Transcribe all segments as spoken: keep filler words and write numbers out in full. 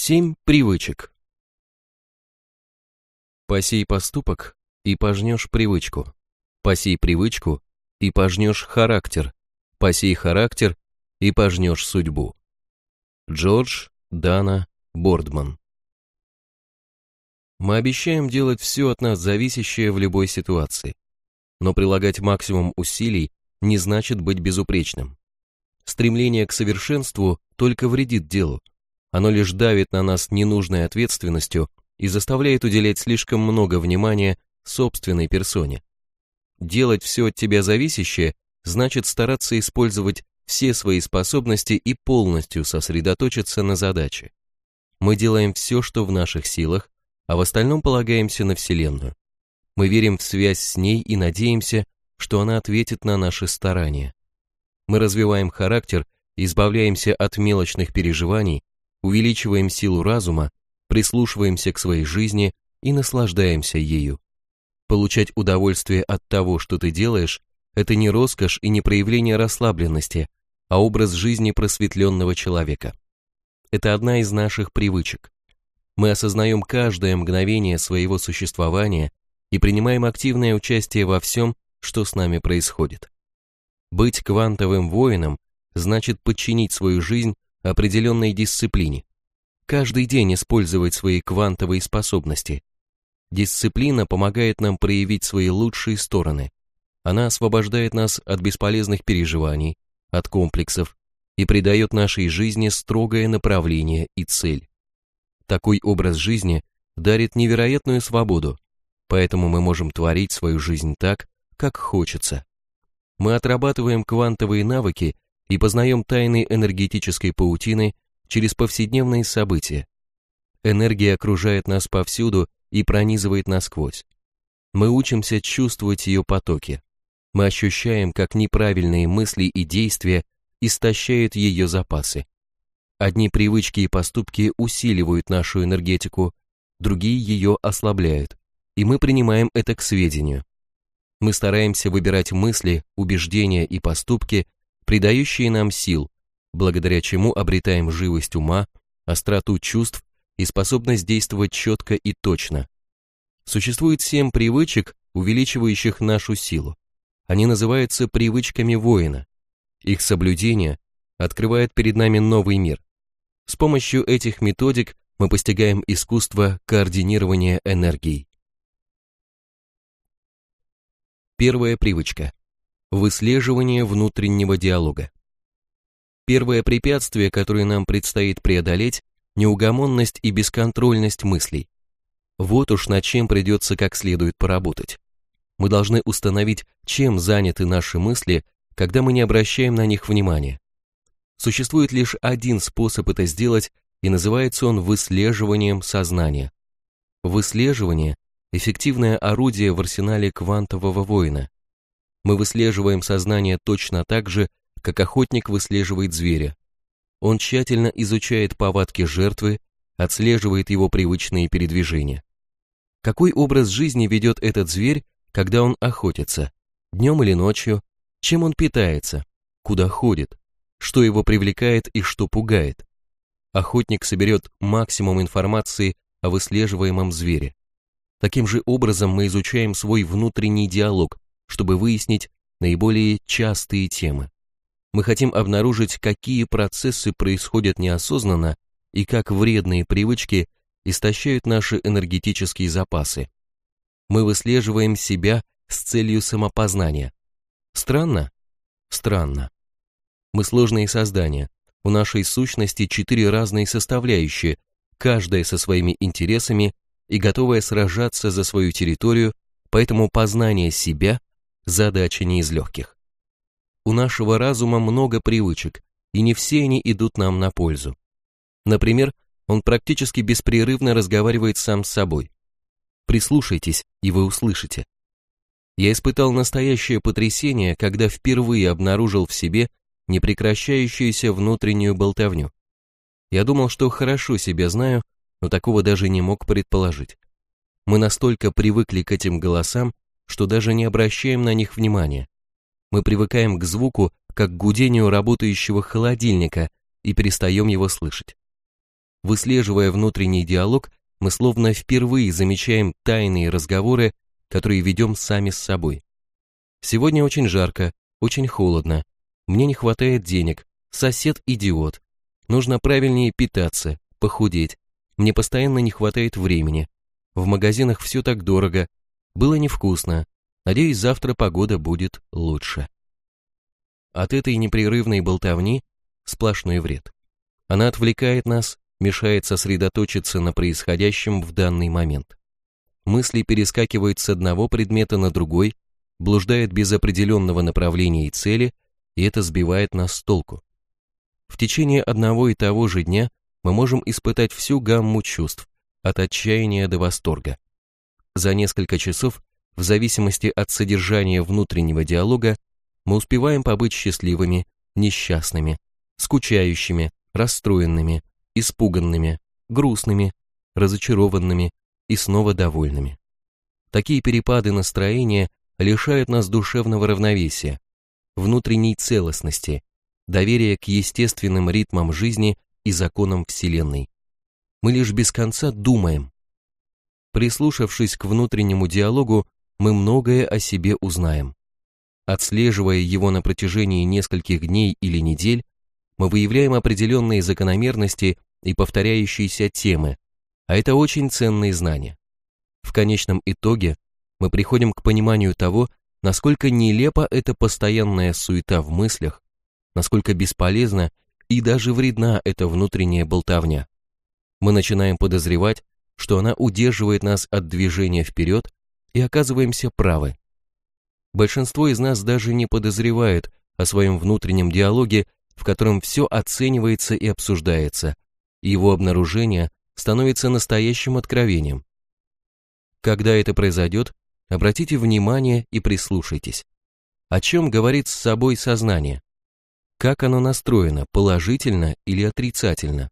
Семь привычек. Посей поступок, и пожнешь привычку. Посей привычку, и пожнешь характер. Посей характер, и пожнешь судьбу. Джордж Дана Бордман. Мы обещаем делать все от нас зависящее в любой ситуации, но прилагать максимум усилий не значит быть безупречным. Стремление к совершенству только вредит делу. Оно лишь давит на нас ненужной ответственностью и заставляет уделять слишком много внимания собственной персоне. Делать все от тебя зависящее значит стараться использовать все свои способности и полностью сосредоточиться на задаче. Мы делаем все, что в наших силах, а в остальном полагаемся на Вселенную. Мы верим в связь с ней и надеемся, что она ответит на наши старания. Мы развиваем характер, избавляемся от мелочных переживаний, увеличиваем силу разума, прислушиваемся к своей жизни и наслаждаемся ею. Получать удовольствие от того, что ты делаешь, это не роскошь и не проявление расслабленности, а образ жизни просветленного человека. Это одна из наших привычек. Мы осознаем каждое мгновение своего существования и принимаем активное участие во всем, что с нами происходит. Быть квантовым воином значит подчинить свою жизнь определенной дисциплине. Каждый день использовать свои квантовые способности. Дисциплина помогает нам проявить свои лучшие стороны. Она освобождает нас от бесполезных переживаний, от комплексов и придает нашей жизни строгое направление и цель. Такой образ жизни дарит невероятную свободу, поэтому мы можем творить свою жизнь так, как хочется. Мы отрабатываем квантовые навыки и познаем тайны энергетической паутины через повседневные события. Энергия окружает нас повсюду и пронизывает насквозь. Мы учимся чувствовать ее потоки. Мы ощущаем, как неправильные мысли и действия истощают ее запасы. Одни привычки и поступки усиливают нашу энергетику, другие ее ослабляют, и мы принимаем это к сведению. Мы стараемся выбирать мысли, убеждения и поступки, придающие нам сил, благодаря чему обретаем живость ума, остроту чувств и способность действовать четко и точно. Существует семь привычек, увеличивающих нашу силу. Они называются привычками воина. Их соблюдение открывает перед нами новый мир. С помощью этих методик мы постигаем искусство координирования энергией. Первая привычка. Выслеживание внутреннего диалога. Первое препятствие, которое нам предстоит преодолеть, неугомонность и бесконтрольность мыслей. Вот уж над чем придется как следует поработать. Мы должны установить, чем заняты наши мысли, когда мы не обращаем на них внимания. Существует лишь один способ это сделать, и называется он выслеживанием сознания. Выслеживание – эффективное орудие в арсенале квантового воина. Мы выслеживаем сознание точно так же, как охотник выслеживает зверя. Он тщательно изучает повадки жертвы, отслеживает его привычные передвижения. Какой образ жизни ведет этот зверь, когда он охотится? Днем или ночью? Чем он питается? Куда ходит? Что его привлекает и что пугает? Охотник соберет максимум информации о выслеживаемом звере. Таким же образом мы изучаем свой внутренний диалог, чтобы выяснить наиболее частые темы. Мы хотим обнаружить, какие процессы происходят неосознанно и как вредные привычки истощают наши энергетические запасы. Мы выслеживаем себя с целью самопознания. Странно? Странно. Мы сложные создания. У нашей сущности четыре разные составляющие, каждая со своими интересами и готовая сражаться за свою территорию, поэтому познание себя – задача не из легких. У нашего разума много привычек, и не все они идут нам на пользу. Например, он практически беспрерывно разговаривает сам с собой. Прислушайтесь, и вы услышите. Я испытал настоящее потрясение, когда впервые обнаружил в себе непрекращающуюся внутреннюю болтовню. Я думал, что хорошо себя знаю, но такого даже не мог предположить. Мы настолько привыкли к этим голосам, что даже не обращаем на них внимания. Мы привыкаем к звуку, как к гудению работающего холодильника, и перестаем его слышать. Выслеживая внутренний диалог, мы словно впервые замечаем тайные разговоры, которые ведем сами с собой. Сегодня очень жарко, очень холодно, мне не хватает денег, сосед идиот, нужно правильнее питаться, похудеть, мне постоянно не хватает времени, в магазинах все так дорого, было невкусно, надеюсь, завтра погода будет лучше. От этой непрерывной болтовни сплошной вред. Она отвлекает нас, мешает сосредоточиться на происходящем в данный момент. Мысли перескакивают с одного предмета на другой, блуждают без определенного направления и цели, и это сбивает нас с толку. В течение одного и того же дня мы можем испытать всю гамму чувств, от отчаяния до восторга. За несколько часов, в зависимости от содержания внутреннего диалога, мы успеваем побыть счастливыми, несчастными, скучающими, расстроенными, испуганными, грустными, разочарованными и снова довольными. Такие перепады настроения лишают нас душевного равновесия, внутренней целостности, доверия к естественным ритмам жизни и законам Вселенной. Мы лишь без конца думаем. Прислушавшись к внутреннему диалогу, мы многое о себе узнаем. Отслеживая его на протяжении нескольких дней или недель, мы выявляем определенные закономерности и повторяющиеся темы, а это очень ценные знания. В конечном итоге мы приходим к пониманию того, насколько нелепа эта постоянная суета в мыслях, насколько бесполезна и даже вредна эта внутренняя болтовня. Мы начинаем подозревать, что она удерживает нас от движения вперед, и оказываемся правы. Большинство из нас даже не подозревает о своем внутреннем диалоге, в котором все оценивается и обсуждается, и его обнаружение становится настоящим откровением. Когда это произойдет, обратите внимание и прислушайтесь. О чем говорит с собой сознание? Как оно настроено, положительно или отрицательно?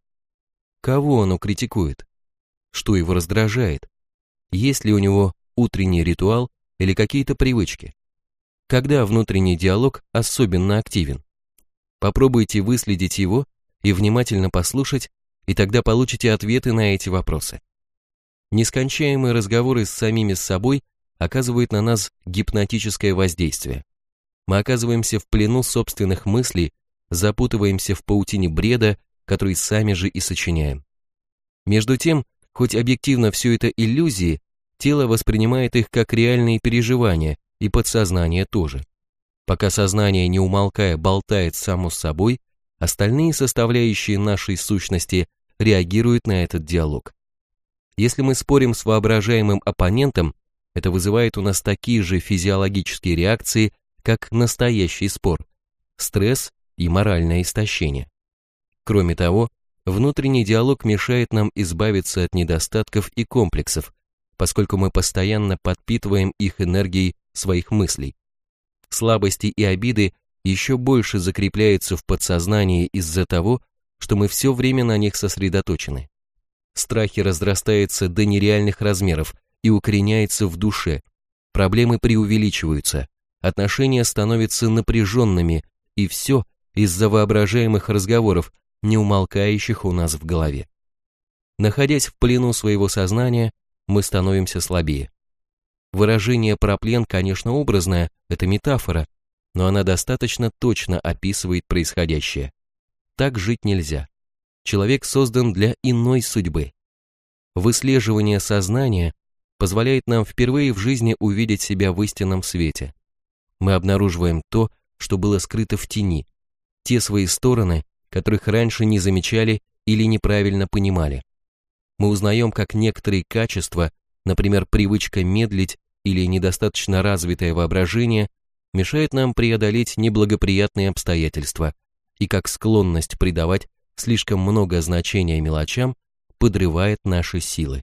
Кого оно критикует? Что его раздражает? Есть ли у него утренний ритуал или какие-то привычки? Когда внутренний диалог особенно активен? Попробуйте выследить его и внимательно послушать, и тогда получите ответы на эти вопросы. Нескончаемые разговоры с самими собой оказывают на нас гипнотическое воздействие. Мы оказываемся в плену собственных мыслей, запутываемся в паутине бреда, который сами же и сочиняем. Между тем, хоть объективно все это иллюзии, тело воспринимает их как реальные переживания, и подсознание тоже. Пока сознание, не умолкая, болтает само с собой, остальные составляющие нашей сущности реагируют на этот диалог. Если мы спорим с воображаемым оппонентом, это вызывает у нас такие же физиологические реакции, как настоящий спор, стресс и моральное истощение. Кроме того, внутренний диалог мешает нам избавиться от недостатков и комплексов, поскольку мы постоянно подпитываем их энергией своих мыслей. Слабости и обиды еще больше закрепляются в подсознании из-за того, что мы все время на них сосредоточены. Страхи разрастаются до нереальных размеров и укореняются в душе, проблемы преувеличиваются, отношения становятся напряженными, и все из-за воображаемых разговоров, не умолкающих у нас в голове. Находясь в плену своего сознания, мы становимся слабее. Выражение про плен, конечно, образное, это метафора, но она достаточно точно описывает происходящее. Так жить нельзя. Человек создан для иной судьбы. Выслеживание сознания позволяет нам впервые в жизни увидеть себя в истинном свете. Мы обнаруживаем то, что было скрыто в тени, те свои стороны, которых раньше не замечали или неправильно понимали. Мы узнаем, как некоторые качества, например, привычка медлить или недостаточно развитое воображение, мешает нам преодолеть неблагоприятные обстоятельства, и как склонность придавать слишком много значения мелочам подрывает наши силы.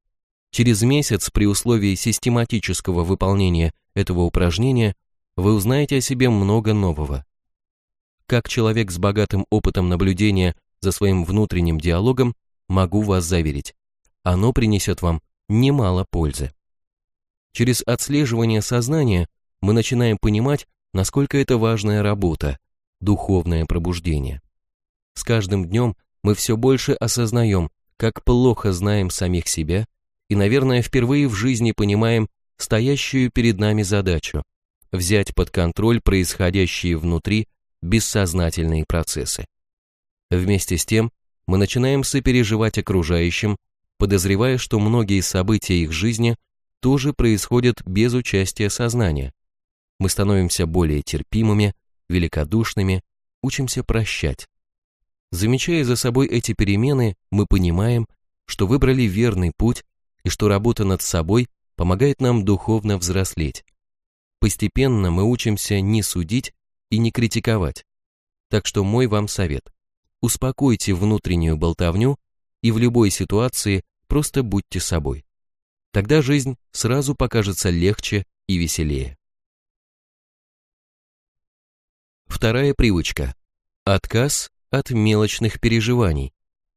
Через месяц при условии систематического выполнения этого упражнения вы узнаете о себе много нового. Как человек с богатым опытом наблюдения за своим внутренним диалогом, могу вас заверить, оно принесет вам немало пользы. Через отслеживание сознания мы начинаем понимать, насколько это важная работа, духовное пробуждение. С каждым днем мы все больше осознаем, как плохо знаем самих себя и, наверное, впервые в жизни понимаем стоящую перед нами задачу – взять под контроль происходящие внутри бессознательные процессы. Вместе с тем мы начинаем сопереживать окружающим, подозревая, что многие события их жизни тоже происходят без участия сознания. Мы становимся более терпимыми, великодушными, учимся прощать. Замечая за собой эти перемены, мы понимаем, что выбрали верный путь и что работа над собой помогает нам духовно взрослеть. Постепенно мы учимся не судить и не критиковать. Так что мой вам совет: успокойте внутреннюю болтовню и в любой ситуации просто будьте собой. Тогда жизнь сразу покажется легче и веселее. Вторая привычка. Отказ от мелочных переживаний.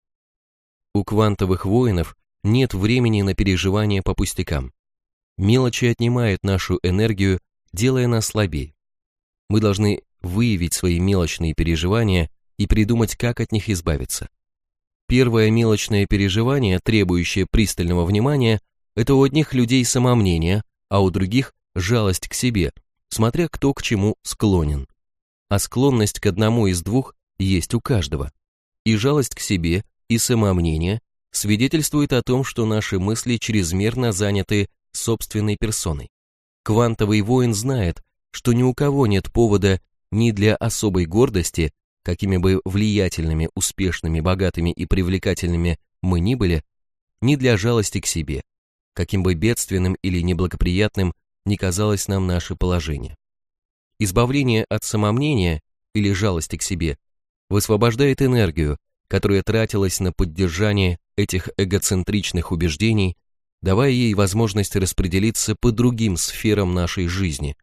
У квантовых воинов нет времени на переживания по пустякам. Мелочи отнимают нашу энергию, делая нас слабее. Мы должны выявить свои мелочные переживания и придумать, как от них избавиться. Первое мелочное переживание, требующее пристального внимания, это у одних людей самомнение, а у других жалость к себе, смотря кто к чему склонен. А склонность к одному из двух есть у каждого. И жалость к себе, и самомнение свидетельствует о том, что наши мысли чрезмерно заняты собственной персоной. Квантовый воин знает, что ни у кого нет повода ни для особой гордости, какими бы влиятельными, успешными, богатыми и привлекательными мы ни были, ни для жалости к себе, каким бы бедственным или неблагоприятным ни казалось нам наше положение. Избавление от самомнения или жалости к себе высвобождает энергию, которая тратилась на поддержание этих эгоцентричных убеждений, давая ей возможность распределиться по другим сферам нашей жизни.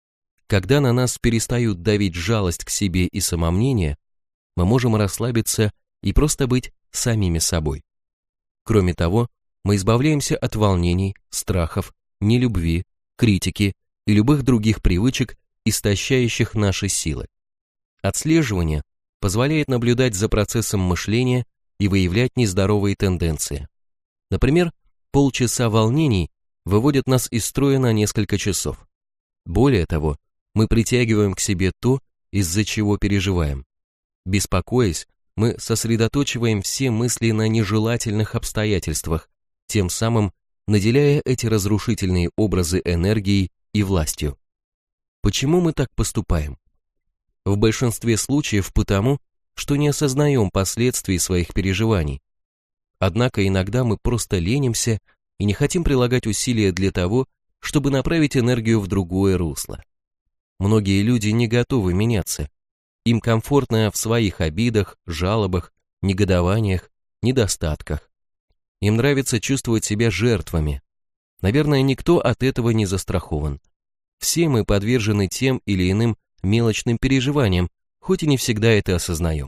Когда на нас перестают давить жалость к себе и самомнение, мы можем расслабиться и просто быть самими собой. Кроме того, мы избавляемся от волнений, страхов, нелюбви, критики и любых других привычек, истощающих наши силы. Отслеживание позволяет наблюдать за процессом мышления и выявлять нездоровые тенденции. Например, полчаса волнений выводят нас из строя на несколько часов. Более того, мы притягиваем к себе то, из-за чего переживаем. Беспокоясь, мы сосредоточиваем все мысли на нежелательных обстоятельствах, тем самым наделяя эти разрушительные образы энергией и властью. Почему мы так поступаем? В большинстве случаев потому, что не осознаем последствий своих переживаний. Однако иногда мы просто ленимся и не хотим прилагать усилия для того, чтобы направить энергию в другое русло. Многие люди не готовы меняться. Им комфортно в своих обидах, жалобах, негодованиях, недостатках. Им нравится чувствовать себя жертвами. Наверное, никто от этого не застрахован. Все мы подвержены тем или иным мелочным переживаниям, хоть и не всегда это осознаем.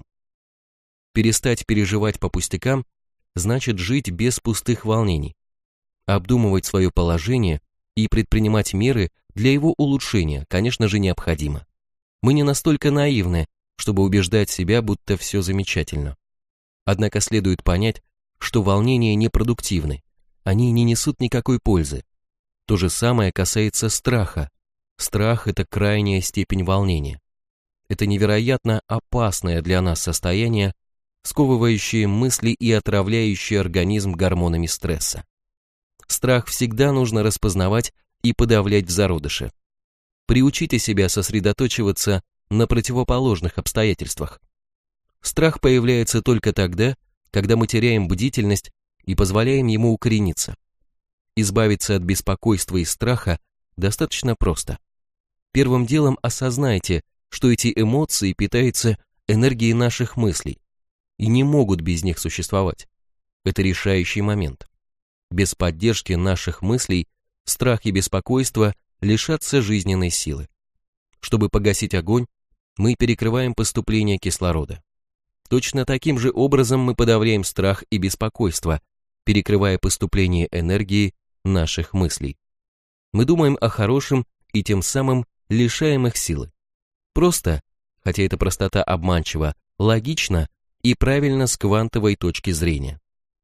Перестать переживать по пустякам значит жить без пустых волнений, обдумывать свое положение и предпринимать меры для его улучшения, конечно же, необходимо. Мы не настолько наивны, чтобы убеждать себя, будто все замечательно. Однако следует понять, что волнения непродуктивны, они не несут никакой пользы. То же самое касается страха. Страх – это крайняя степень волнения. Это невероятно опасное для нас состояние, сковывающее мысли и отравляющее организм гормонами стресса. Страх всегда нужно распознавать и подавлять в зародыше. Приучите себя сосредоточиваться на противоположных обстоятельствах. Страх появляется только тогда, когда мы теряем бдительность и позволяем ему укорениться. Избавиться от беспокойства и страха достаточно просто. Первым делом осознайте, что эти эмоции питаются энергией наших мыслей и не могут без них существовать. Это решающий момент. Без поддержки наших мыслей страх и беспокойство лишатся жизненной силы. Чтобы погасить огонь, мы перекрываем поступление кислорода. Точно таким же образом мы подавляем страх и беспокойство, перекрывая поступление энергии наших мыслей. Мы думаем о хорошем и тем самым лишаем их силы. Просто, хотя эта простота обманчива, логично и правильно с квантовой точки зрения.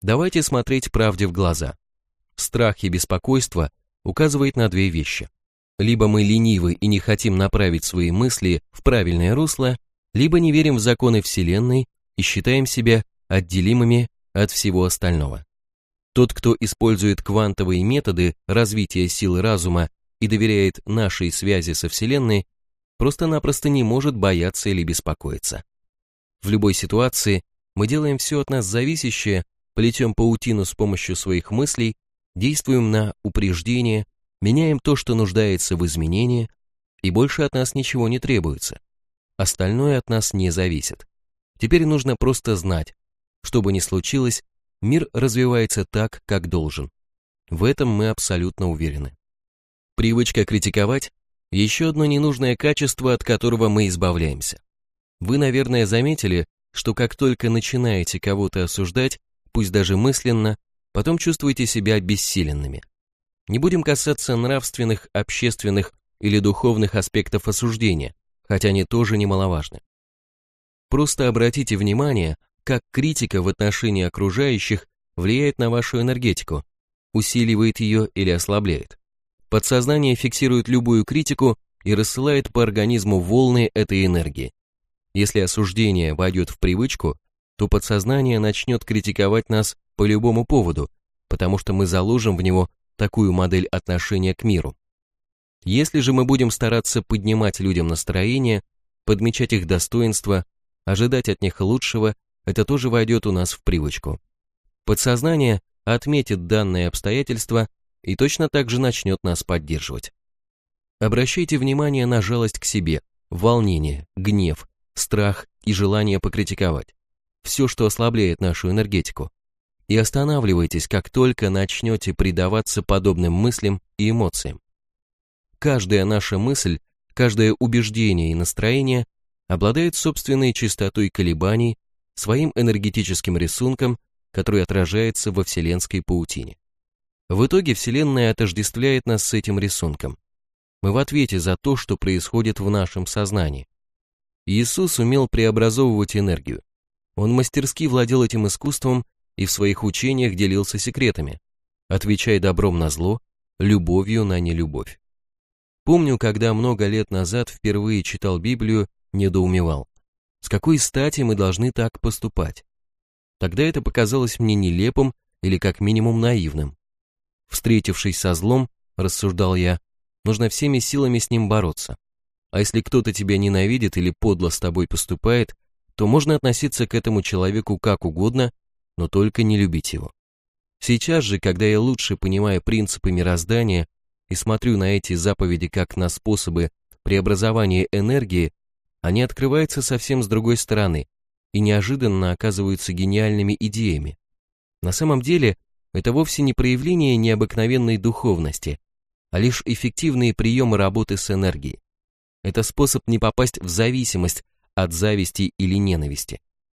Давайте смотреть правде в глаза. Страх и беспокойство указывают на две вещи. Либо мы ленивы и не хотим направить свои мысли в правильное русло, либо не верим в законы Вселенной и считаем себя отделимыми от всего остального. Тот, кто использует квантовые методы развития силы разума и доверяет нашей связи со Вселенной, просто-напросто не может бояться или беспокоиться. В любой ситуации мы делаем все от нас зависящее, плетем паутину с помощью своих мыслей, действуем на упреждение, меняем то, что нуждается в изменении, и больше от нас ничего не требуется. Остальное от нас не зависит. Теперь нужно просто знать, что бы ни случилось, мир развивается так, как должен. В этом мы абсолютно уверены. Привычка критиковать – еще одно ненужное качество, от которого мы избавляемся. Вы, наверное, заметили, что как только начинаете кого-то осуждать, пусть даже мысленно, потом чувствуете себя обессиленными. Не будем касаться нравственных, общественных или духовных аспектов осуждения, хотя они тоже немаловажны. Просто обратите внимание, как критика в отношении окружающих влияет на вашу энергетику, усиливает ее или ослабляет. Подсознание фиксирует любую критику и рассылает по организму волны этой энергии. Если осуждение войдет в привычку, то подсознание начнет критиковать нас по любому поводу, потому что мы заложим в него такую модель отношения к миру. Если же мы будем стараться поднимать людям настроение, подмечать их достоинства, ожидать от них лучшего, это тоже войдет у нас в привычку. Подсознание отметит данное обстоятельство и точно так же начнет нас поддерживать. Обращайте внимание на жалость к себе, волнение, гнев, страх и желание покритиковать. Все, что ослабляет нашу энергетику. И останавливайтесь, как только начнете предаваться подобным мыслям и эмоциям. Каждая наша мысль, каждое убеждение и настроение обладает собственной частотой колебаний, своим энергетическим рисунком, который отражается во вселенской паутине. В итоге Вселенная отождествляет нас с этим рисунком. Мы в ответе за то, что происходит в нашем сознании. Иисус умел преобразовывать энергию. Он мастерски владел этим искусством и в своих учениях делился секретами, отвечая добром на зло, любовью на нелюбовь. Помню, когда много лет назад впервые читал Библию, недоумевал, с какой стати мы должны так поступать. Тогда это показалось мне нелепым или как минимум наивным. Встретившись со злом, рассуждал я, нужно всеми силами с ним бороться. А если кто-то тебя ненавидит или подло с тобой поступает, то можно относиться к этому человеку как угодно, но только не любить его. Сейчас же, когда я лучше понимаю принципы мироздания и смотрю на эти заповеди как на способы преобразования энергии, они открываются совсем с другой стороны и неожиданно оказываются гениальными идеями. На самом деле, это вовсе не проявление необыкновенной духовности, а лишь эффективные приемы работы с энергией. Это способ не попасть в зависимость от зависти или ненависти.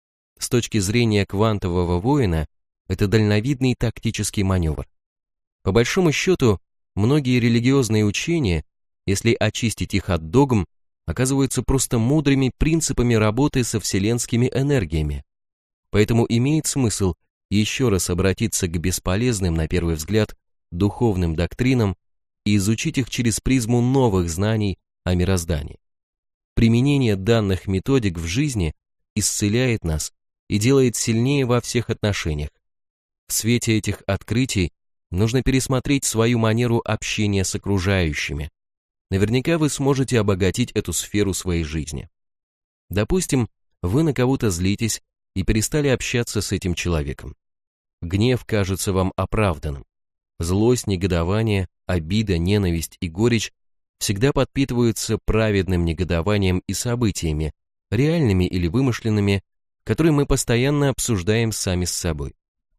С точки зрения квантового воина, это дальновидный тактический маневр. По большому счету, многие религиозные учения, если очистить их от догм, оказываются просто мудрыми принципами работы со вселенскими энергиями. Поэтому имеет смысл еще раз обратиться к бесполезным, на первый взгляд, духовным доктринам и изучить их через призму новых знаний о мироздании. Применение данных методик в жизни исцеляет нас и делает сильнее во всех отношениях. В свете этих открытий нужно пересмотреть свою манеру общения с окружающими. Наверняка вы сможете обогатить эту сферу своей жизни. Допустим, вы на кого-то злитесь и перестали общаться с этим человеком. Гнев кажется вам оправданным. Злость, негодование, обида, ненависть и горечь всегда подпитываются праведным негодованием и событиями, реальными или вымышленными, которые мы постоянно обсуждаем сами с собой.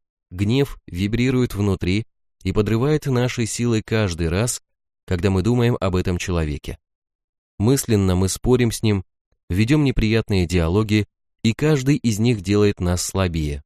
Гнев вибрирует внутри и подрывает наши силы каждый раз, когда мы думаем об этом человеке. Мысленно мы спорим с ним, ведем неприятные диалоги, и каждый из них делает нас слабее.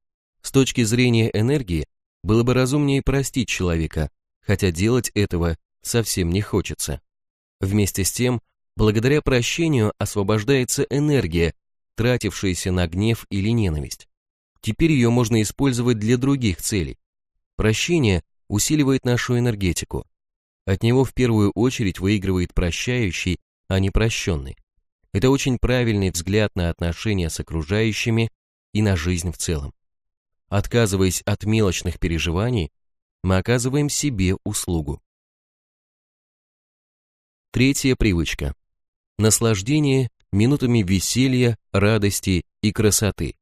С точки зрения энергии, было бы разумнее простить человека, хотя делать этого совсем не хочется. Вместе с тем, благодаря прощению освобождается энергия, тратившаяся на гнев или ненависть. Теперь ее можно использовать для других целей. Прощение усиливает нашу энергетику. От него в первую очередь выигрывает прощающий, а не прощенный. Это очень правильный взгляд на отношения с окружающими и на жизнь в целом. Отказываясь от мелочных переживаний, мы оказываем себе услугу. Третья привычка. Наслаждение минутами веселья, радости и красоты.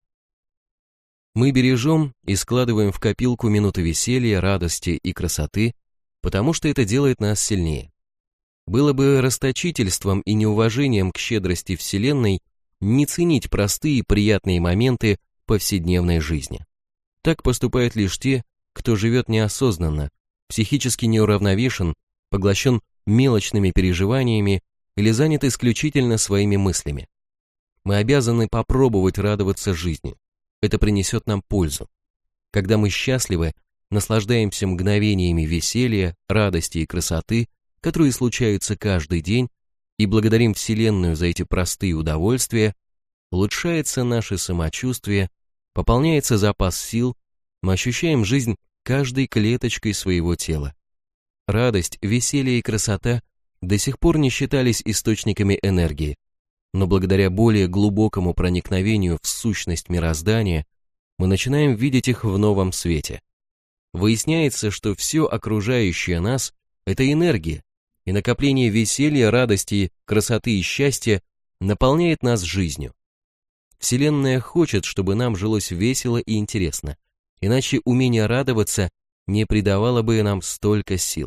Мы бережем и складываем в копилку минуты веселья, радости и красоты, потому что это делает нас сильнее. Было бы расточительством и неуважением к щедрости Вселенной не ценить простые приятные моменты повседневной жизни. Так поступают лишь те, кто живет неосознанно, психически неуравновешен, поглощен мелочными переживаниями или занят исключительно своими мыслями. Мы обязаны попробовать радоваться жизни. Это принесет нам пользу. Когда мы счастливы, наслаждаемся мгновениями веселья, радости и красоты, которые случаются каждый день, и благодарим Вселенную за эти простые удовольствия, улучшается наше самочувствие, пополняется запас сил, мы ощущаем жизнь каждой клеточкой своего тела. Радость, веселье и красота до сих пор не считались источниками энергии, но благодаря более глубокому проникновению в сущность мироздания мы начинаем видеть их в новом свете. Выясняется, что все окружающее нас – это энергия, и накопление веселья, радости, красоты и счастья наполняет нас жизнью. Вселенная хочет, чтобы нам жилось весело и интересно, иначе умение радоваться не придавало бы нам столько сил.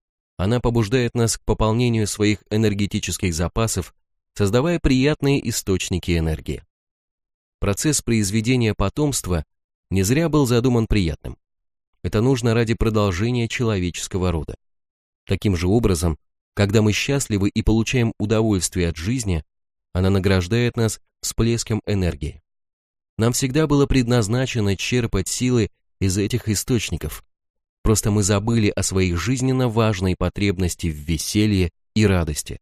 Она побуждает нас к пополнению своих энергетических запасов, создавая приятные источники энергии. Процесс произведения потомства не зря был задуман приятным. Это нужно ради продолжения человеческого рода. Таким же образом, когда мы счастливы и получаем удовольствие от жизни, она награждает нас всплеском энергии. Нам всегда было предназначено черпать силы из этих источников. Просто мы забыли о своей жизненно важной потребности в веселье и радости.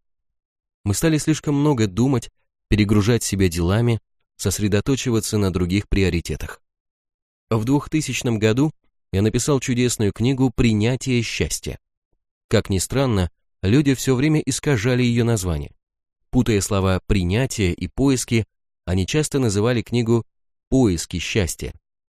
Мы стали слишком много думать, перегружать себя делами, сосредоточиваться на других приоритетах. В двухтысячном году я написал чудесную книгу «Принятие счастья». Как ни странно, люди все время искажали ее название. Путая слова «принятие» и «поиски», они часто называли книгу «Поиски счастья».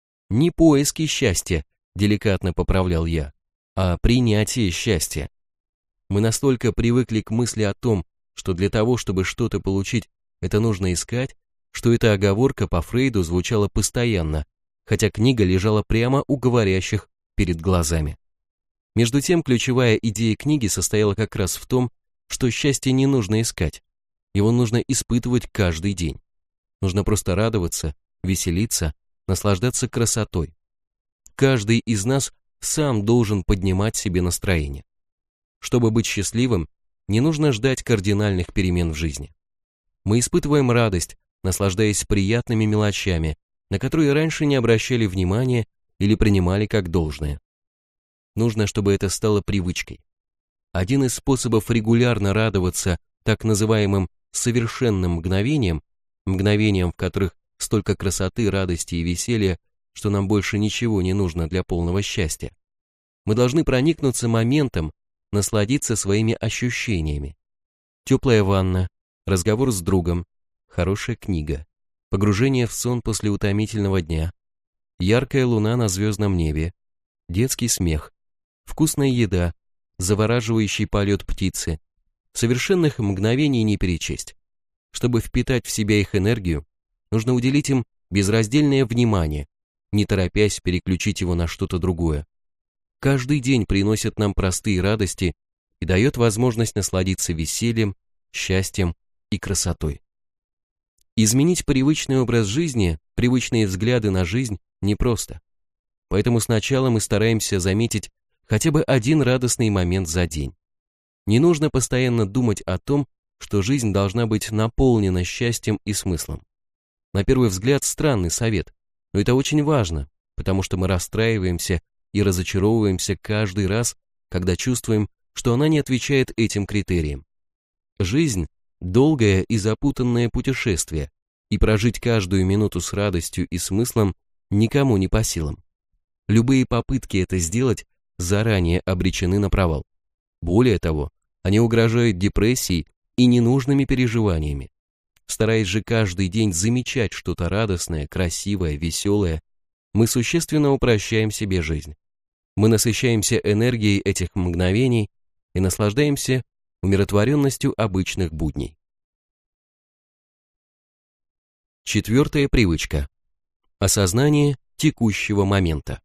Не «поиски счастья», деликатно поправлял я, а «принятие счастья». Мы настолько привыкли к мысли о том, что для того, чтобы что-то получить, это нужно искать, что эта оговорка по Фрейду звучала постоянно, хотя книга лежала прямо у говорящих перед глазами. Между тем, ключевая идея книги состояла как раз в том, что счастье не нужно искать, его нужно испытывать каждый день. Нужно просто радоваться, веселиться, наслаждаться красотой. Каждый из нас сам должен поднимать себе настроение. Чтобы быть счастливым, не нужно ждать кардинальных перемен в жизни. Мы испытываем радость, наслаждаясь приятными мелочами, на которые раньше не обращали внимания или принимали как должное. Нужно, чтобы это стало привычкой. Один из способов регулярно радоваться так называемым совершенным мгновениям, мгновениям, в которых столько красоты, радости и веселья, что нам больше ничего не нужно для полного счастья. Мы должны проникнуться моментом, насладиться своими ощущениями. Теплая ванна, разговор с другом, хорошая книга, погружение в сон после утомительного дня, яркая луна на звездном небе, детский смех, вкусная еда, завораживающий полет птицы. Совершенных мгновений не перечесть. Чтобы впитать в себя их энергию, нужно уделить им безраздельное внимание, не торопясь переключить его на что-то другое. Каждый день приносит нам простые радости и дает возможность насладиться весельем, счастьем и красотой. Изменить привычный образ жизни, привычные взгляды на жизнь непросто. Поэтому сначала мы стараемся заметить хотя бы один радостный момент за день. Не нужно постоянно думать о том, что жизнь должна быть наполнена счастьем и смыслом. На первый взгляд странный совет, но это очень важно, потому что мы расстраиваемся и разочаровываемся каждый раз, когда чувствуем, что она не отвечает этим критериям. Жизнь – долгое и запутанное путешествие, и прожить каждую минуту с радостью и смыслом никому не по силам. Любые попытки это сделать заранее обречены на провал. Более того, они угрожают депрессией и ненужными переживаниями. Стараясь же каждый день замечать что-то радостное, красивое, веселое, мы существенно упрощаем себе жизнь. Мы насыщаемся энергией этих мгновений и наслаждаемся умиротворенностью обычных будней. Четвертая привычка. Осознание текущего момента.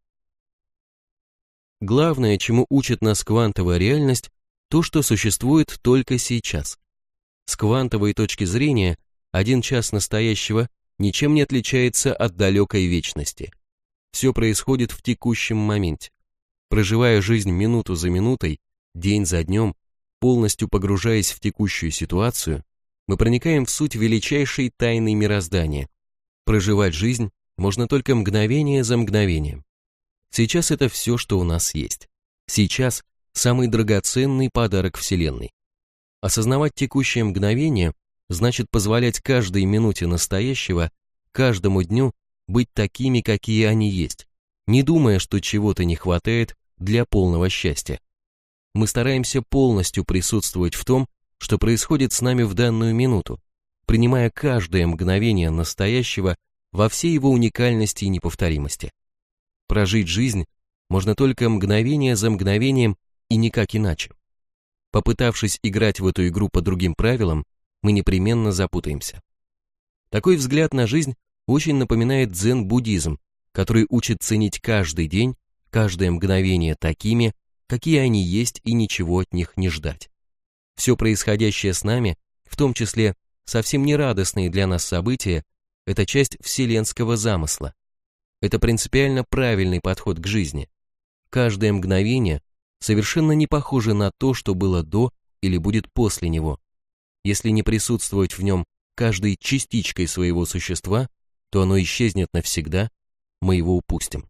Главное, чему учит нас квантовая реальность, то, что существует только сейчас. С квантовой точки зрения, один час настоящего ничем не отличается от далекой вечности. Все происходит в текущем моменте. Проживая жизнь минуту за минутой, день за днем, полностью погружаясь в текущую ситуацию, мы проникаем в суть величайшей тайны мироздания. Проживать жизнь можно только мгновение за мгновением. Сейчас это все, что у нас есть. Сейчас самый драгоценный подарок Вселенной. Осознавать текущее мгновение значит позволять каждой минуте настоящего, каждому дню быть такими, какие они есть, не думая, что чего-то не хватает для полного счастья. Мы стараемся полностью присутствовать в том, что происходит с нами в данную минуту, принимая каждое мгновение настоящего во всей его уникальности и неповторимости. Прожить жизнь можно только мгновение за мгновением и никак иначе. Попытавшись играть в эту игру по другим правилам, мы непременно запутаемся. Такой взгляд на жизнь очень напоминает дзен-буддизм, который учит ценить каждый день, каждое мгновение такими, какие они есть, и ничего от них не ждать. Все происходящее с нами, в том числе совсем не радостные для нас события, это часть вселенского замысла. Это принципиально правильный подход к жизни. Каждое мгновение совершенно не похоже на то, что было до или будет после него. Если не присутствовать в нем каждой частичкой своего существа, то оно исчезнет навсегда, мы его упустим.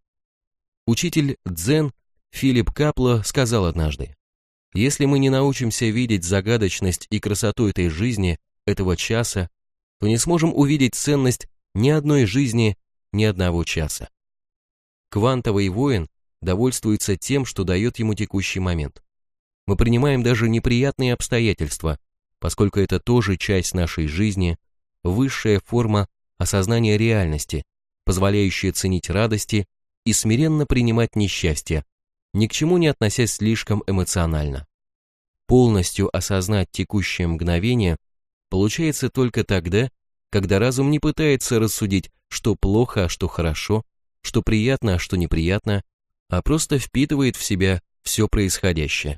Учитель дзен Филипп Капло сказал однажды: «Если мы не научимся видеть загадочность и красоту этой жизни, этого часа, то не сможем увидеть ценность ни одной жизни, ни одного часа». Квантовый воин довольствуется тем, что дает ему текущий момент. Мы принимаем даже неприятные обстоятельства, поскольку это тоже часть нашей жизни, высшая форма осознания реальности, позволяющая ценить радости и смиренно принимать несчастье, ни к чему не относясь слишком эмоционально. Полностью осознать текущее мгновение получается только тогда, когда разум не пытается рассудить, что плохо, а что хорошо, что приятно, а что неприятно, а просто впитывает в себя все происходящее.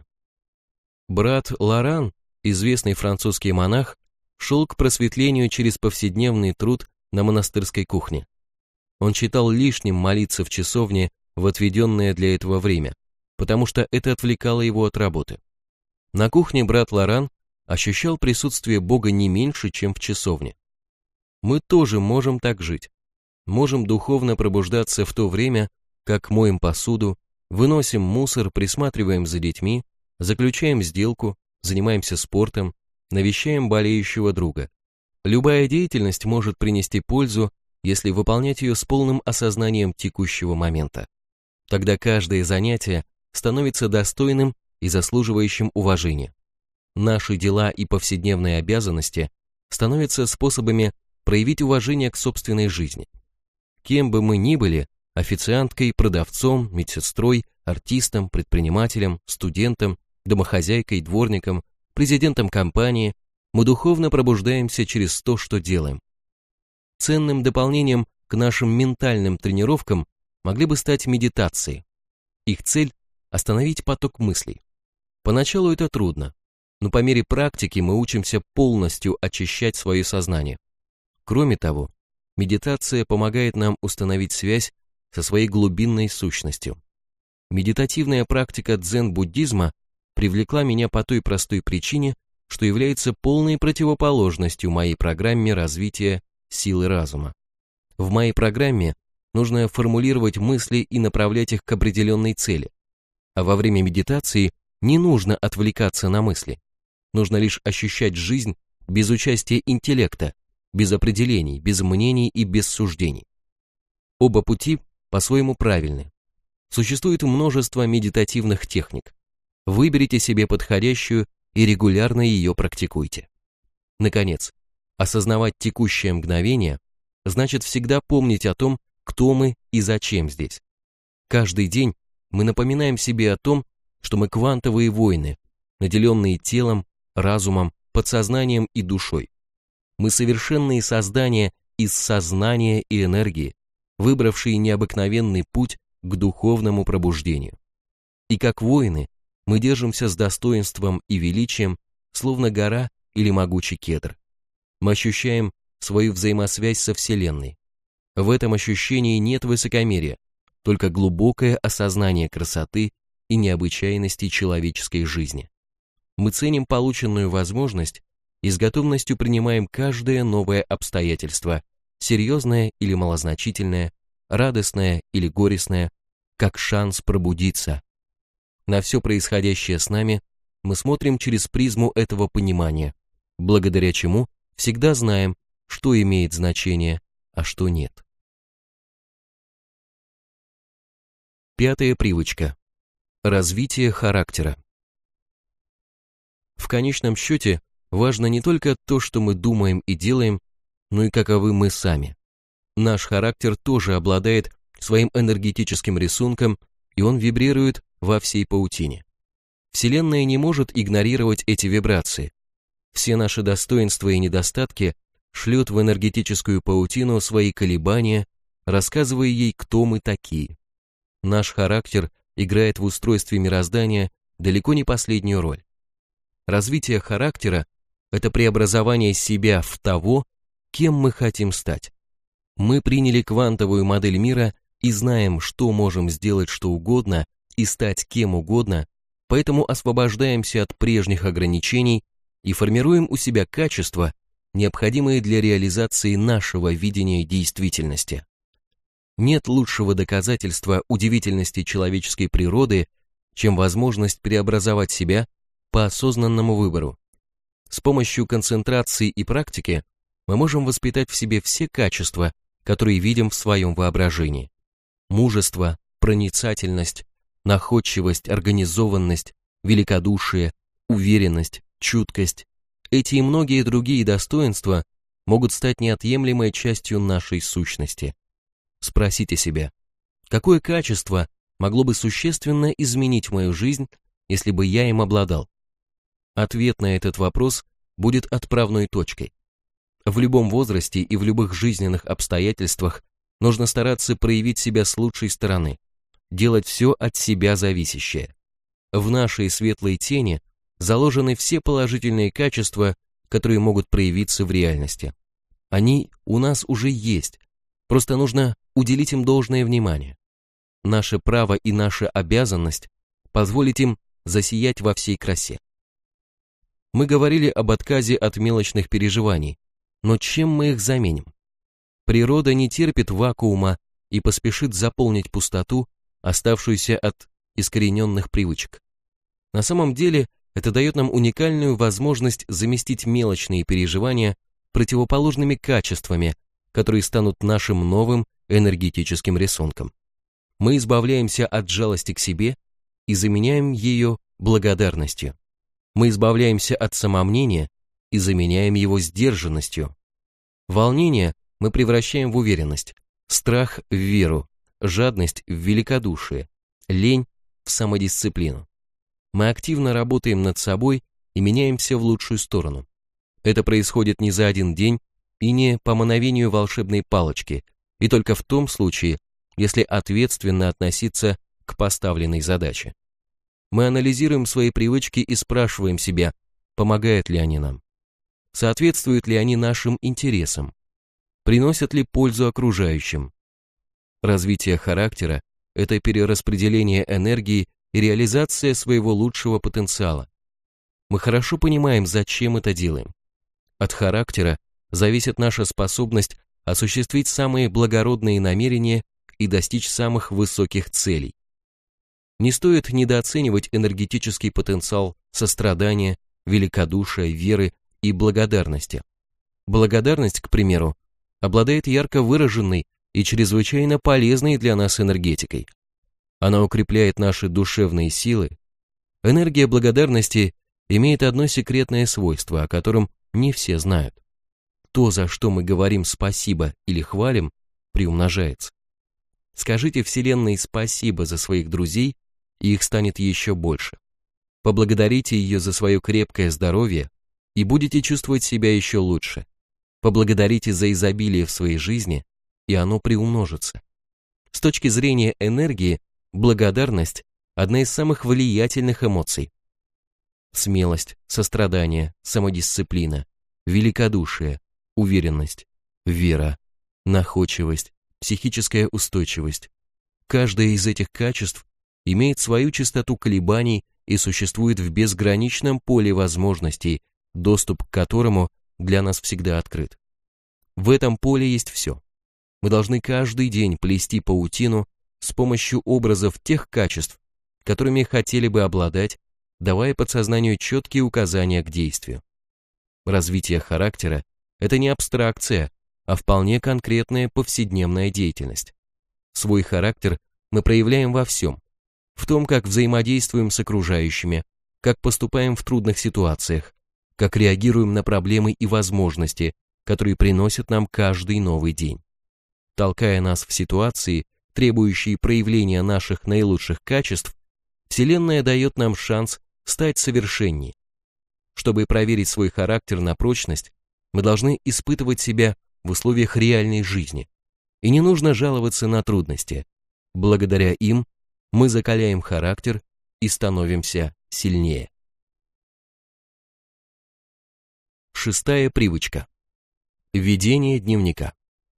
Брат Лоран, известный французский монах, шел к просветлению через повседневный труд на монастырской кухне. Он считал лишним молиться в часовне в отведенное для этого время, потому что это отвлекало его от работы. На кухне брат Лоран ощущал присутствие Бога не меньше, чем в часовне. Мы тоже можем так жить. Можем духовно пробуждаться в то время, как моем посуду, выносим мусор, присматриваем за детьми, заключаем сделку, занимаемся спортом, навещаем болеющего друга. Любая деятельность может принести пользу, если выполнять ее с полным осознанием текущего момента. Тогда каждое занятие становится достойным и заслуживающим уважения. Наши дела и повседневные обязанности становятся способами проявить уважение к собственной жизни. Кем бы мы ни были, официанткой, продавцом, медсестрой, артистом, предпринимателем, студентом, домохозяйкой, дворником, президентом компании, мы духовно пробуждаемся через то, что делаем. Ценным дополнением к нашим ментальным тренировкам могли бы стать медитации. Их цель – остановить поток мыслей. Поначалу это трудно, но по мере практики мы учимся полностью очищать свое сознание. Кроме того, медитация помогает нам установить связь со своей глубинной сущностью. Медитативная практика дзен-буддизма привлекла меня по той простой причине, что является полной противоположностью моей программе развития силы разума. В моей программе нужно формулировать мысли и направлять их к определенной цели, а во время медитации не нужно отвлекаться на мысли. Нужно лишь ощущать жизнь без участия интеллекта, без определений, без мнений и без суждений. Оба пути по-своему правильны. Существует множество медитативных техник. Выберите себе подходящую и регулярно ее практикуйте. Наконец, осознавать текущее мгновение значит всегда помнить о том, кто мы и зачем здесь. Каждый день мы напоминаем себе о том, что мы квантовые воины, наделенные телом, разумом, подсознанием и душой. Мы совершенные создания из сознания и энергии, выбравшие необыкновенный путь к духовному пробуждению. И как воины мы держимся с достоинством и величием, словно гора или могучий кедр. Мы ощущаем свою взаимосвязь со Вселенной. В этом ощущении нет высокомерия, только глубокое осознание красоты и необычайности человеческой жизни. Мы ценим полученную возможность и с готовностью принимаем каждое новое обстоятельство, серьезное или малозначительное, радостное или горестное, как шанс пробудиться. На все происходящее с нами мы смотрим через призму этого понимания, благодаря чему всегда знаем, что имеет значение, а что нет. Пятая привычка. Развитие характера. В конечном счете, важно не только то, что мы думаем и делаем, но и каковы мы сами. Наш характер тоже обладает своим энергетическим рисунком, и он вибрирует во всей паутине. Вселенная не может игнорировать эти вибрации. Все наши достоинства и недостатки шлют в энергетическую паутину свои колебания, рассказывая ей, кто мы такие. Наш характер играет в устройстве мироздания далеко не последнюю роль. Развитие характера – это преобразование себя в того, кем мы хотим стать. Мы приняли квантовую модель мира и знаем, что можем сделать что угодно и стать кем угодно, поэтому освобождаемся от прежних ограничений и формируем у себя качества, необходимые для реализации нашего видения действительности. Нет лучшего доказательства удивительности человеческой природы, чем возможность преобразовать себя по осознанному выбору. С помощью концентрации и практики мы можем воспитать в себе все качества, которые видим в своем воображении. Мужество, проницательность, находчивость, организованность, великодушие, уверенность, чуткость. Эти и многие другие достоинства могут стать неотъемлемой частью нашей сущности. Спросите себя, какое качество могло бы существенно изменить мою жизнь, если бы я им обладал? Ответ на этот вопрос будет отправной точкой. В любом возрасте и в любых жизненных обстоятельствах нужно стараться проявить себя с лучшей стороны, делать все от себя зависящее. В нашей светлой тени заложены все положительные качества, которые могут проявиться в реальности. Они у нас уже есть, просто нужно уделить им должное внимание. Наше право и наша обязанность позволить им засиять во всей красе. Мы говорили об отказе от мелочных переживаний, но чем мы их заменим? Природа не терпит вакуума и поспешит заполнить пустоту, оставшуюся от искорененных привычек. На самом деле, это дает нам уникальную возможность заместить мелочные переживания противоположными качествами, которые станут нашим новым энергетическим рисунком. Мы избавляемся от жалости к себе и заменяем ее благодарностью. Мы избавляемся от самомнения и заменяем его сдержанностью. Волнение мы превращаем в уверенность, страх в веру, жадность в великодушие, лень в самодисциплину. Мы активно работаем над собой и меняемся в лучшую сторону. Это происходит не за один день и не по мановению волшебной палочки, и только в том случае, если ответственно относиться к поставленной задаче. Мы анализируем свои привычки и спрашиваем себя, помогают ли они нам, соответствуют ли они нашим интересам, приносят ли пользу окружающим. Развитие характера – это перераспределение энергии и реализация своего лучшего потенциала. Мы хорошо понимаем, зачем это делаем. От характера зависит наша способность осуществить самые благородные намерения и достичь самых высоких целей. Не стоит недооценивать энергетический потенциал сострадания, великодушия, веры и благодарности. Благодарность, к примеру, обладает ярко выраженной и чрезвычайно полезной для нас энергетикой. Она укрепляет наши душевные силы. Энергия благодарности имеет одно секретное свойство, о котором не все знают. То, за что мы говорим спасибо или хвалим, приумножается. Скажите Вселенной спасибо за своих друзей, и их станет еще больше. Поблагодарите ее за свое крепкое здоровье, и будете чувствовать себя еще лучше. Поблагодарите за изобилие в своей жизни, и оно приумножится. С точки зрения энергии, благодарность – одна из самых влиятельных эмоций. Смелость, сострадание, самодисциплина, великодушие, уверенность, вера, находчивость, психическая устойчивость. Каждое из этих качеств имеет свою частоту колебаний и существует в безграничном поле возможностей, доступ к которому для нас всегда открыт. В этом поле есть все. Мы должны каждый день плести паутину с помощью образов тех качеств, которыми хотели бы обладать, давая подсознанию четкие указания к действию. Развитие характера – это не абстракция, а вполне конкретная повседневная деятельность. Свой характер мы проявляем во всем, в том, как взаимодействуем с окружающими, как поступаем в трудных ситуациях, как реагируем на проблемы и возможности, которые приносят нам каждый новый день. Толкая нас в ситуации, требующие проявления наших наилучших качеств, Вселенная дает нам шанс стать совершеннее. Чтобы проверить свой характер на прочность, мы должны испытывать себя в условиях реальной жизни. И не нужно жаловаться на трудности. Благодаря им мы закаляем характер и становимся сильнее. Шестая привычка. Ведение дневника.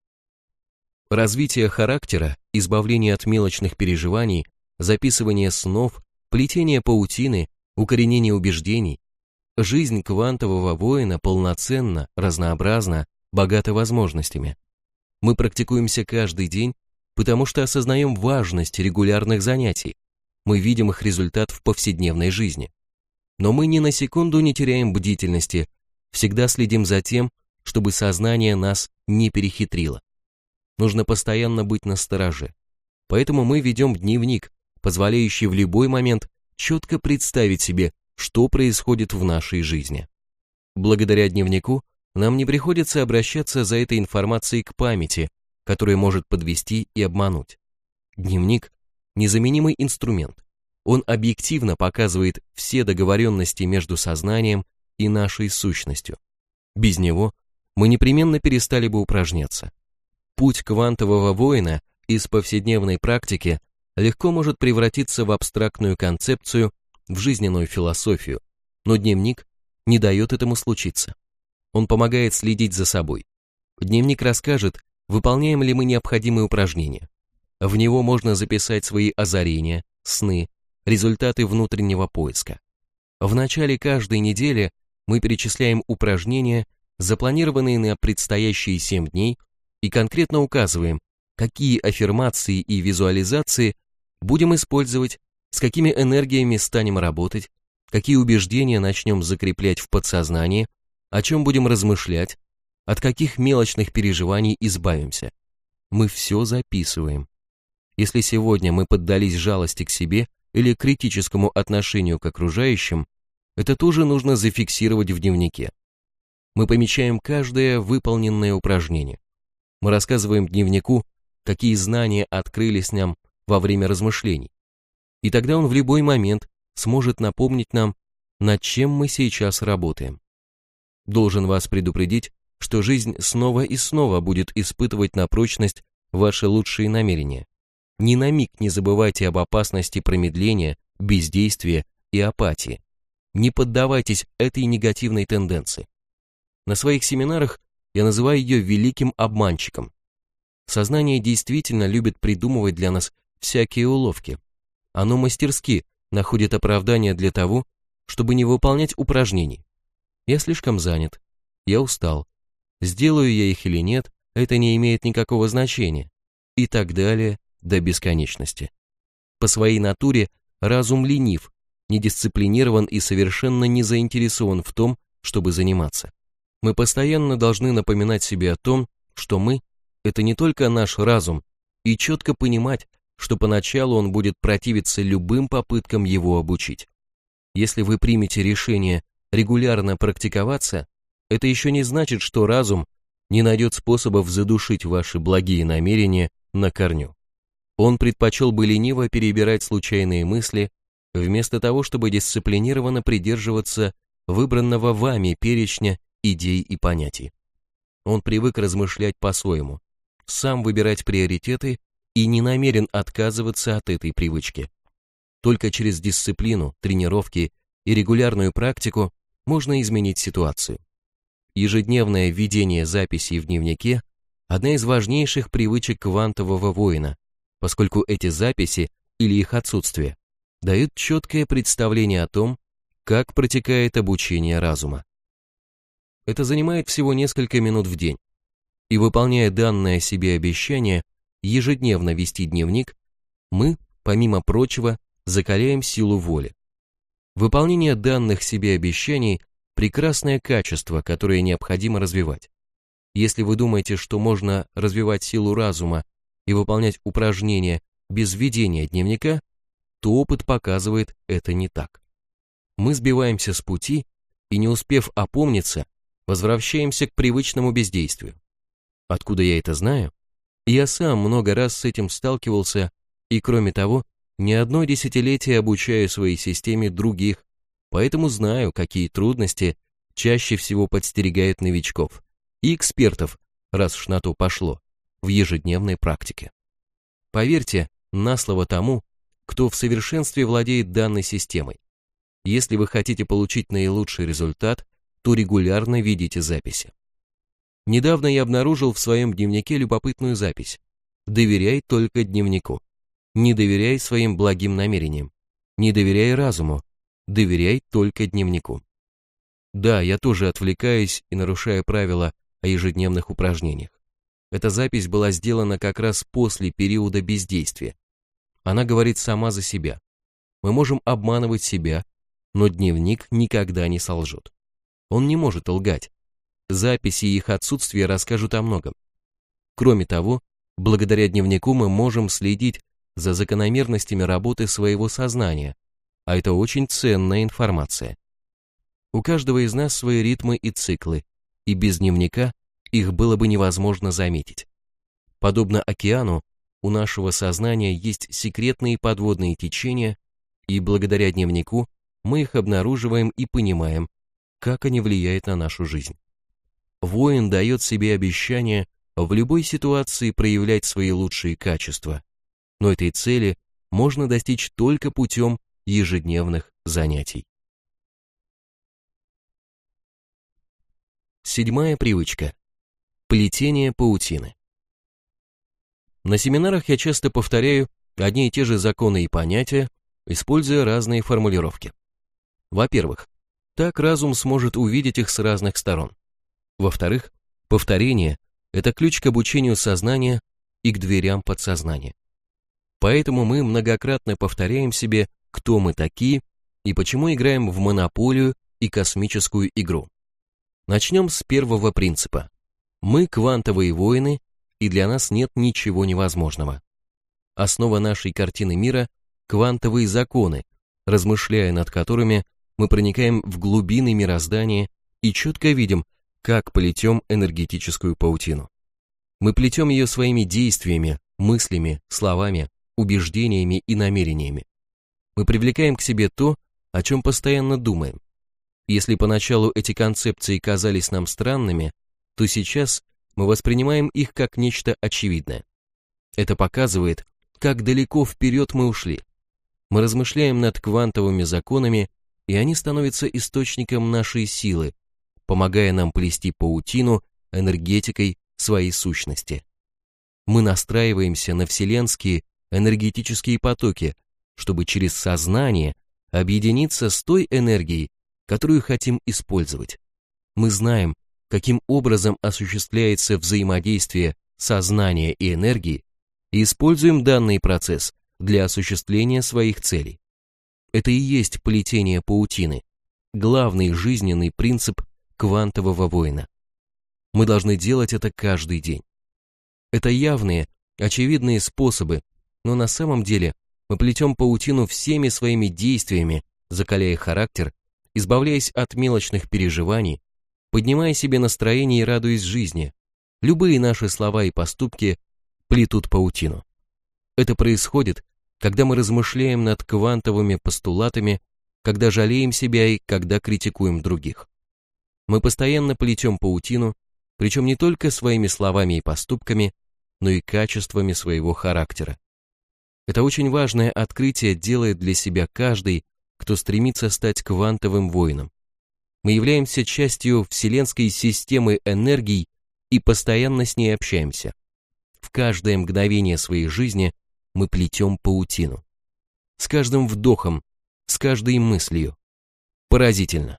Развитие характера, избавление от мелочных переживаний, записывание снов, плетение паутины, укоренение убеждений. Жизнь квантового воина полноценна, разнообразна, богата возможностями. Мы практикуемся каждый день, потому что осознаем важность регулярных занятий. Мы видим их результат в повседневной жизни. Но мы ни на секунду не теряем бдительности, всегда следим за тем, чтобы сознание нас не перехитрило. Нужно постоянно быть настороже. Поэтому мы ведем дневник, позволяющий в любой момент четко представить себе, что происходит в нашей жизни. Благодаря дневнику нам не приходится обращаться за этой информацией к памяти, которая может подвести и обмануть. Дневник – незаменимый инструмент. Он объективно показывает все договоренности между сознанием и нашей сущностью. Без него мы непременно перестали бы упражняться. Путь квантового воина из повседневной практики легко может превратиться в абстрактную концепцию, в жизненную философию, но дневник не дает этому случиться. Он помогает следить за собой. Дневник расскажет, выполняем ли мы необходимые упражнения. В него можно записать свои озарения, сны, результаты внутреннего поиска. В начале каждой недели мы перечисляем упражнения, запланированные на предстоящие семь дней, и конкретно указываем, какие аффирмации и визуализации будем использовать, с какими энергиями станем работать, какие убеждения начнем закреплять в подсознании, о чем будем размышлять, от каких мелочных переживаний избавимся. Мы все записываем. Если сегодня мы поддались жалости к себе или критическому отношению к окружающим, это тоже нужно зафиксировать в дневнике. Мы помечаем каждое выполненное упражнение. Мы рассказываем дневнику, какие знания открылись нам во время размышлений. И тогда он в любой момент сможет напомнить нам, над чем мы сейчас работаем. Должен вас предупредить, что жизнь снова и снова будет испытывать на прочность ваши лучшие намерения. Ни на миг не забывайте об опасности промедления, бездействия и апатии. Не поддавайтесь этой негативной тенденции. На своих семинарах я называю ее великим обманщиком. Сознание действительно любит придумывать для нас всякие уловки. Оно мастерски находит оправдание для того, чтобы не выполнять упражнений. Я слишком занят, я устал, сделаю я их или нет, это не имеет никакого значения, и так далее до бесконечности. По своей натуре разум ленив, недисциплинирован и совершенно не заинтересован в том, чтобы заниматься. Мы постоянно должны напоминать себе о том, что мы это не только наш разум, и четко понимать, что поначалу он будет противиться любым попыткам его обучить. Если вы примете решение регулярно практиковаться, это еще не значит, что разум не найдет способов задушить ваши благие намерения на корню. Он предпочел бы лениво перебирать случайные мысли, вместо того, чтобы дисциплинированно придерживаться выбранного вами перечня идей и понятий. Он привык размышлять по-своему, сам выбирать приоритеты и не намерен отказываться от этой привычки. Только через дисциплину, тренировки и регулярную практику можно изменить ситуацию. Ежедневное ведение записей в дневнике – одна из важнейших привычек квантового воина, поскольку эти записи или их отсутствие дают четкое представление о том, как протекает обучение разума. Это занимает всего несколько минут в день, и выполняя данное себе обещание ежедневно вести дневник, мы, помимо прочего, закаляем силу воли. Выполнение данных себе обещаний – прекрасное качество, которое необходимо развивать. Если вы думаете, что можно развивать силу разума и выполнять упражнения без ведения дневника, то опыт показывает, это не так. Мы сбиваемся с пути и, не успев опомниться, возвращаемся к привычному бездействию. Откуда я это знаю? Я сам много раз с этим сталкивался и, кроме того, не одно десятилетие обучаю своей системе других, поэтому знаю, какие трудности чаще всего подстерегают новичков и экспертов, раз уж на то пошло, в ежедневной практике. Поверьте на слово тому, кто в совершенстве владеет данной системой. Если вы хотите получить наилучший результат, то регулярно ведите записи. Недавно я обнаружил в своем дневнике любопытную запись. Доверяй только дневнику. Не доверяй своим благим намерениям. Не доверяй разуму. Доверяй только дневнику. Да, я тоже отвлекаюсь и нарушаю правила о ежедневных упражнениях. Эта запись была сделана как раз после периода бездействия. Она говорит сама за себя. Мы можем обманывать себя, но дневник никогда не солжет. Он не может лгать. Записи и их отсутствие расскажут о многом. Кроме того, благодаря дневнику мы можем следить за закономерностями работы своего сознания, а это очень ценная информация. У каждого из нас свои ритмы и циклы, и без дневника их было бы невозможно заметить. Подобно океану, у нашего сознания есть секретные подводные течения, и благодаря дневнику мы их обнаруживаем и понимаем, как они влияют на нашу жизнь. Воин дает себе обещание в любой ситуации проявлять свои лучшие качества, но этой цели можно достичь только путем ежедневных занятий. Седьмая привычка. Плетение паутины. На семинарах я часто повторяю одни и те же законы и понятия, используя разные формулировки. Во-первых, так разум сможет увидеть их с разных сторон. Во-вторых, повторение – это ключ к обучению сознания и к дверям подсознания. Поэтому мы многократно повторяем себе, кто мы такие и почему играем в монополию и космическую игру. Начнем с первого принципа. Мы квантовые воины, и для нас нет ничего невозможного. Основа нашей картины мира – квантовые законы, размышляя над которыми мы проникаем в глубины мироздания и четко видим, как плетем энергетическую паутину. Мы плетем ее своими действиями, мыслями, словами, убеждениями и намерениями. Мы привлекаем к себе то, о чем постоянно думаем. Если поначалу эти концепции казались нам странными, то сейчас мы воспринимаем их как нечто очевидное. Это показывает, как далеко вперед мы ушли. Мы размышляем над квантовыми законами, и они становятся источником нашей силы, помогая нам плести паутину энергетикой своей сущности. Мы настраиваемся на вселенские энергетические потоки, чтобы через сознание объединиться с той энергией, которую хотим использовать. Мы знаем, каким образом осуществляется взаимодействие сознания и энергии, и используем данный процесс для осуществления своих целей. Это и есть плетение паутины, главный жизненный принцип квантового воина. Мы должны делать это каждый день. Это явные, очевидные способы, но на самом деле мы плетем паутину всеми своими действиями, закаляя характер, избавляясь от мелочных переживаний, поднимая себе настроение и радуясь жизни. Любые наши слова и поступки плетут паутину. Это происходит, когда мы размышляем над квантовыми постулатами, когда жалеем себя и когда критикуем других. Мы постоянно плетем паутину, причем не только своими словами и поступками, но и качествами своего характера. Это очень важное открытие делает для себя каждый, кто стремится стать квантовым воином. Мы являемся частью вселенской системы энергий и постоянно с ней общаемся. В каждое мгновение своей жизни мы плетем паутину. С каждым вдохом, с каждой мыслью. Поразительно.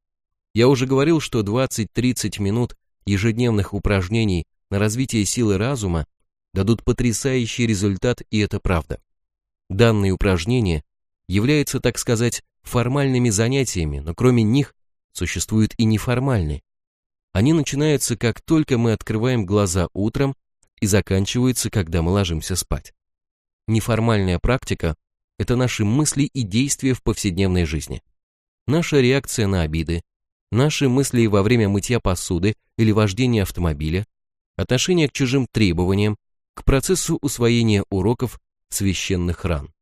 Я уже говорил, что двадцать-тридцать минут ежедневных упражнений на развитие силы разума дадут потрясающий результат, и это правда. Данные упражнения являются, так сказать, формальными занятиями, но кроме них существуют и неформальные. Они начинаются, как только мы открываем глаза утром, и заканчиваются, когда мы ложимся спать. Неформальная практика – это наши мысли и действия в повседневной жизни. Наша реакция на обиды, наши мысли во время мытья посуды или вождения автомобиля, отношение к чужим требованиям, к процессу усвоения уроков священных ран.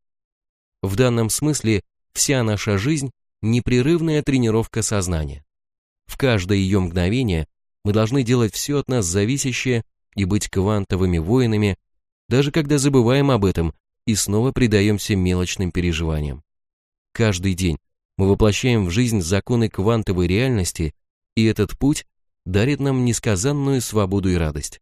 В данном смысле вся наша жизнь – непрерывная тренировка сознания. В каждое ее мгновение мы должны делать все от нас зависящее и быть квантовыми воинами, даже когда забываем об этом и снова предаемся мелочным переживаниям. Каждый день мы воплощаем в жизнь законы квантовой реальности, и этот путь дарит нам несказанную свободу и радость.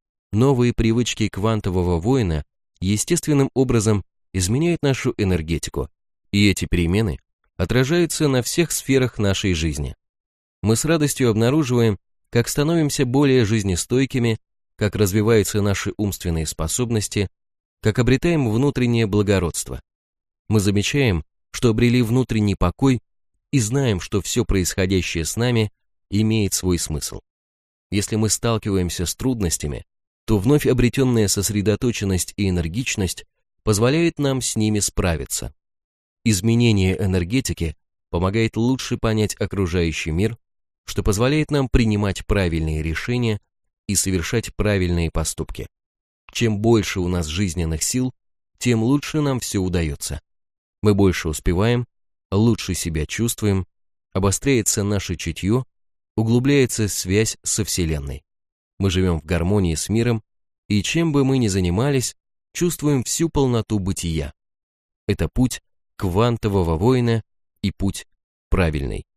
Новые привычки квантового воина естественным образом изменяют нашу энергетику, и эти перемены отражаются на всех сферах нашей жизни. Мы с радостью обнаруживаем, как становимся более жизнестойкими, как развиваются наши умственные способности, как обретаем внутреннее благородство. Мы замечаем, что обрели внутренний покой и знаем, что все происходящее с нами имеет свой смысл. Если мы сталкиваемся с трудностями, то вновь обретенная сосредоточенность и энергичность позволяет нам с ними справиться. Изменение энергетики помогает лучше понять окружающий мир, что позволяет нам принимать правильные решения и совершать правильные поступки. Чем больше у нас жизненных сил, тем лучше нам все удается. Мы больше успеваем, лучше себя чувствуем, обостряется наше чутье, углубляется связь со Вселенной. Мы живем в гармонии с миром, и чем бы мы ни занимались, чувствуем всю полноту бытия. Это путь квантового воина и путь правильный.